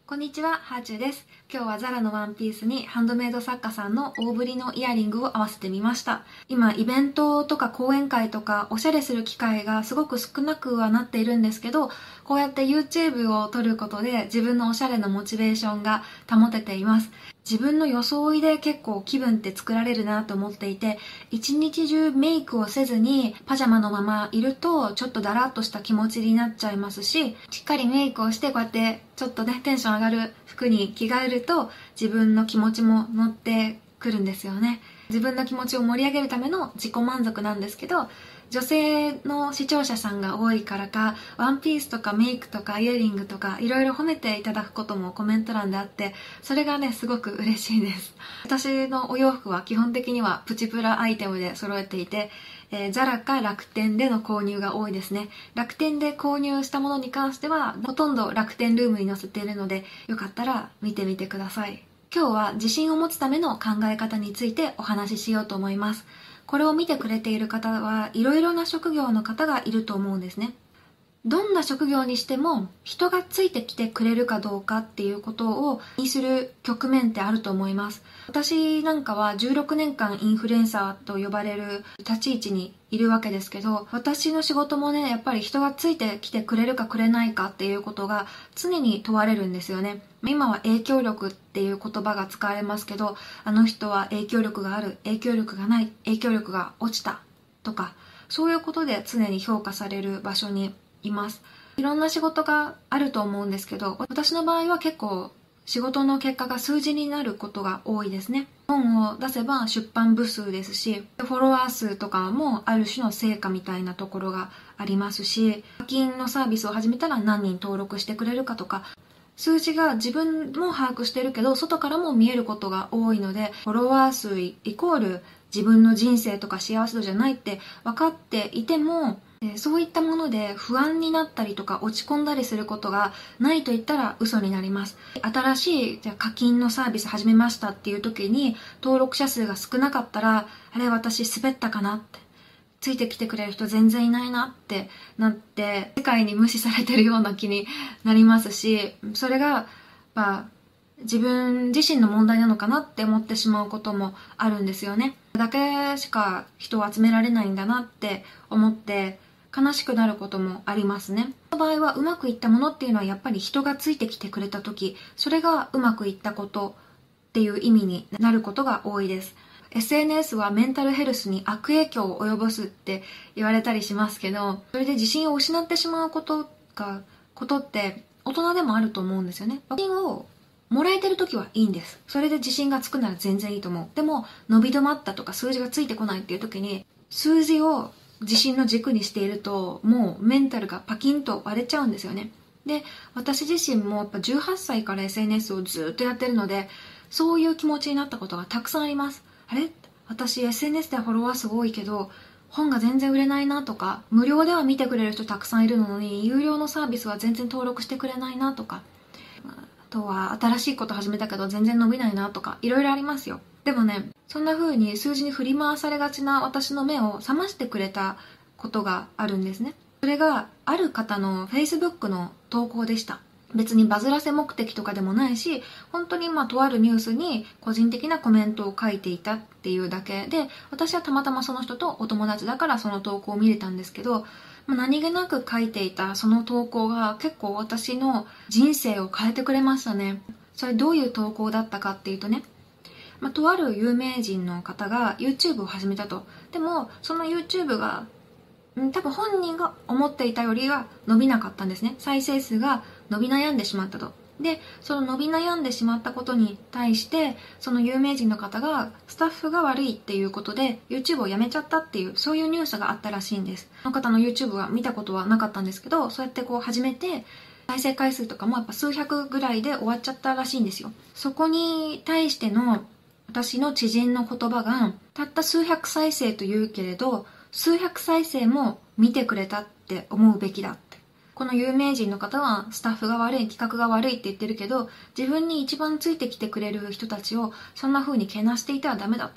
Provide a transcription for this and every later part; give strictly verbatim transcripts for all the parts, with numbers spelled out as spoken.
こんにちは、ハーチューです。今日はザラのワンピースにハンドメイド作家さんの大ぶりのイヤリングを合わせてみました。今、イベントとか講演会とかおしゃれする機会がすごく少なくはなっているんですけど、こうやって YouTube を撮ることで自分のおしゃれのモチベーションが保てています。自分の装いで結構気分って作られるなと思っていて、一日中メイクをせずにパジャマのままいるとちょっとダラッとした気持ちになっちゃいますし、しっかりメイクをしてこうやってちょっとねテンション上がる服に着替えると自分の気持ちも乗ってくるんですよね。自分の気持ちを盛り上げるための自己満足なんですけど、女性の視聴者さんが多いからか、ワンピースとかメイクとかイヤリングとかいろいろ褒めていただくこともコメント欄であって、それがねすごく嬉しいです。私のお洋服は基本的にはプチプラアイテムで揃えていて、えー、ザラか楽天での購入が多いですね。楽天で購入したものに関してはほとんど楽天ルームに載せているので、よかったら見てみてください。今日は自信を持つための考え方についてお話ししようと思います。これを見てくれている方はいろいろな職業の方がいると思うんですね。どんな職業にしても人がついてきてくれるかどうかっていうことを気にする局面ってあると思います。私なんかはじゅうろくねんかんインフルエンサーと呼ばれる立ち位置にいるわけですけど、私の仕事もねやっぱり人がついてきてくれるかくれないかっていうことが常に問われるんですよね。今は影響力っていう言葉が使われますけど、あの人は影響力がある、影響力がない、影響力が落ちたとか、そういうことで常に評価される場所にいます。いろんな仕事があると思うんですけど、私の場合は結構仕事の結果が数字になることが多いですね。本を出せば出版部数ですし、フォロワー数とかもある種の成果みたいなところがありますし、課金のサービスを始めたら何人登録してくれるかとか、数字が自分も把握してるけど外からも見えることが多いので、フォロワー数イコール自分の人生とか幸せ度じゃないって分かっていても、そういったもので不安になったりとか落ち込んだりすることがないと言ったら嘘になります。新しいじゃあ課金のサービス始めましたっていう時に登録者数が少なかったら、あれ私滑ったかなって、ついてきてくれる人全然いないなってなって世界に無視されてるような気になりますし、それが、まあ、自分自身の問題なのかなって思ってしまうこともあるんですよね。だけしか人を集められないんだなって思って悲しくなることもありますね。その場合はうまくいったものっていうのはやっぱり人がついてきてくれた時、それがうまくいったことっていう意味になることが多いです。エスエヌエス はメンタルヘルスに悪影響を及ぼすって言われたりしますけど、それで自信を失ってしまうことが、ことって大人でもあると思うんですよね。自信をもらえてる時はいいんです。それで自信がつくなら全然いいと思う。でも伸び止まったとか数字がついてこないっていう時に、数字を自信の軸にしているともうメンタルがパキンと割れちゃうんですよね。で、私自身もやっぱじゅうはっさいから エスエヌエス をずっとやってるので、そういう気持ちになったことがたくさんあります。あれ？私 エスエヌエス ではフォロワー数多いけど本が全然売れないなとか、無料では見てくれる人たくさんいるのに有料のサービスは全然登録してくれないなとか、あとは新しいこと始めたけど全然伸びないなとか、いろいろありますよ。でもね、そんな風に数字に振り回されがちな私の目を覚ましてくれたことがあるんですね。それがある方の Facebook の投稿でした。別にバズらせ目的とかでもないし、本当にまあとあるニュースに個人的なコメントを書いていたっていうだけで、私はたまたまその人とお友達だからその投稿を見れたんですけど、何気なく書いていたその投稿が結構私の人生を変えてくれましたね。それどういう投稿だったかっていうとね、まあ、とある有名人の方が YouTube を始めたと。でもその YouTube が多分本人が思っていたよりは伸びなかったんですね。再生数が伸び悩んでしまったと。で、その伸び悩んでしまったことに対してその有名人の方がスタッフが悪いっていうことで YouTube をやめちゃったっていう、そういうニュースがあったらしいんです。その方の YouTube は見たことはなかったんですけど、そうやってこう始めて再生回数とかもやっぱ数百ぐらいで終わっちゃったらしいんですよ。そこに対しての私の知人の言葉が、たった数百再生と言うけれど数百再生も見てくれたって思うべきだって。この有名人の方はスタッフが悪い、企画が悪いって言ってるけど、自分に一番ついてきてくれる人たちをそんな風にけなしていてはダメだと。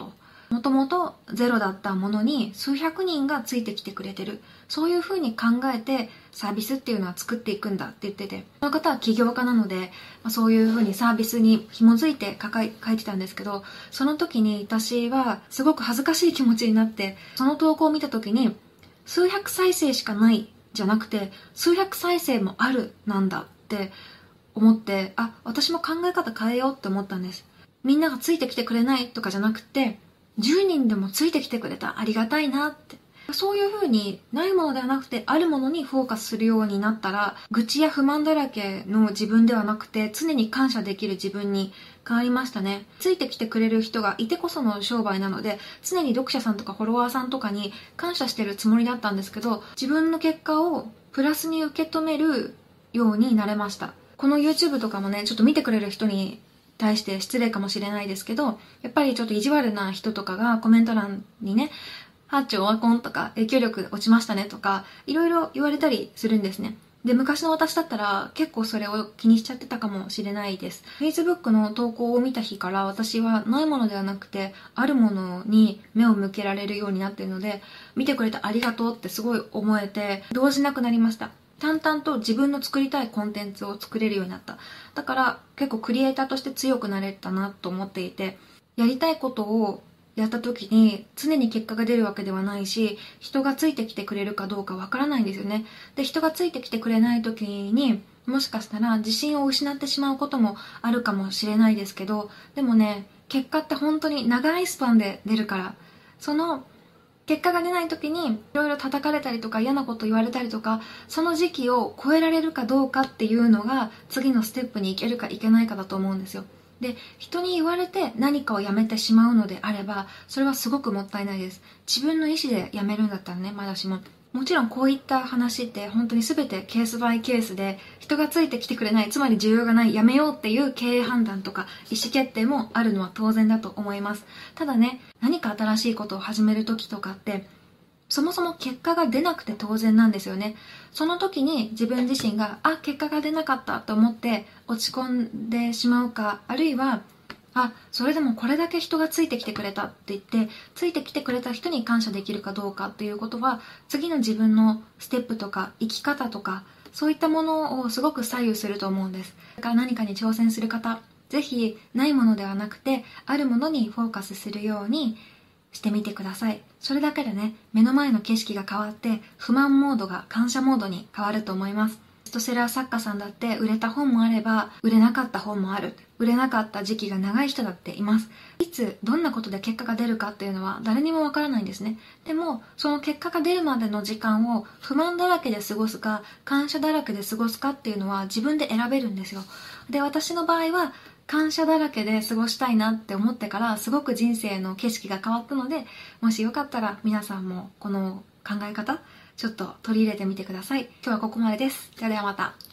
もともとゼロだったものに数百人がついてきてくれてる。そういうふうに考えてサービスっていうのは作っていくんだって言ってて、その方は起業家なので、まあ、そういうふうにサービスに紐づいて書い書いてたんですけど、その時に私はすごく恥ずかしい気持ちになって、その投稿を見た時に数百再生しかないじゃなくて数百再生もあるなんだって思って、あ、私も考え方変えようって思ったんです。みんながついてきてくれないとかじゃなくて、じゅうにんでもついてきてくれた、ありがたいなって。そういう風にないものではなくてあるものにフォーカスするようになったら、愚痴や不満だらけの自分ではなくて常に感謝できる自分に変わりましたね。ついてきてくれる人がいてこその商売なので、常に読者さんとかフォロワーさんとかに感謝してるつもりだったんですけど、自分の結果をプラスに受け止めるようになれました。この YouTube とかもね、ちょっと見てくれる人に対して失礼かもしれないですけど、やっぱりちょっと意地悪な人とかがコメント欄にね、ハッチオワコンとか影響力落ちましたねとかいろいろ言われたりするんですね。で、昔の私だったら結構それを気にしちゃってたかもしれないです。Facebook の投稿を見た日から私はないものではなくてあるものに目を向けられるようになっているので、見てくれてありがとうってすごい思えて動じなくなりました。淡々と自分の作りたいコンテンツを作れるようになった。だから結構クリエイターとして強くなれたなと思っていて、やりたいことをやった時に常に結果が出るわけではないし、人がついてきてくれるかどうかわからないんですよね。で、人がついてきてくれない時にもしかしたら自信を失ってしまうこともあるかもしれないですけど、でもね、結果って本当に長いスパンで出るから、その結果が出ない時にいろいろ叩かれたりとか嫌なこと言われたりとか、その時期を超えられるかどうかっていうのが次のステップに行けるかいけないかだと思うんですよ。で、人に言われて何かをやめてしまうのであれば、それはすごくもったいないです。自分の意思でやめるんだったらね、まだしも。もちろんこういった話って本当に全てケースバイケースで、人がついてきてくれない、つまり需要がない、やめようっていう経営判断とか意思決定もあるのは当然だと思います。ただね、何か新しいことを始める時とかって、そもそも結果が出なくて当然なんですよね。その時に自分自身が、あ、結果が出なかったと思って落ち込んでしまうか、あるいは、あ、それでもこれだけ人がついてきてくれたって言って、ついてきてくれた人に感謝できるかどうかっていうことは、次の自分のステップとか生き方とか、そういったものをすごく左右すると思うんです。だから何かに挑戦する方、ぜひないものではなくて、あるものにフォーカスするようにしてみてください。それだけでね、目の前の景色が変わって不満モードが感謝モードに変わると思います。ベストセラー作家さんだって売れた本もあれば売れなかった本もある。売れなかった時期が長い人だっています。いつどんなことで結果が出るかっていうのは誰にもわからないんですね。でもその結果が出るまでの時間を不満だらけで過ごすか感謝だらけで過ごすかっていうのは自分で選べるんですよ。で、私の場合は感謝だらけで過ごしたいなって思ってからすごく人生の景色が変わったので、もしよかったら皆さんもこの考え方ちょっと取り入れてみてください。今日はここまでです。ではではまた。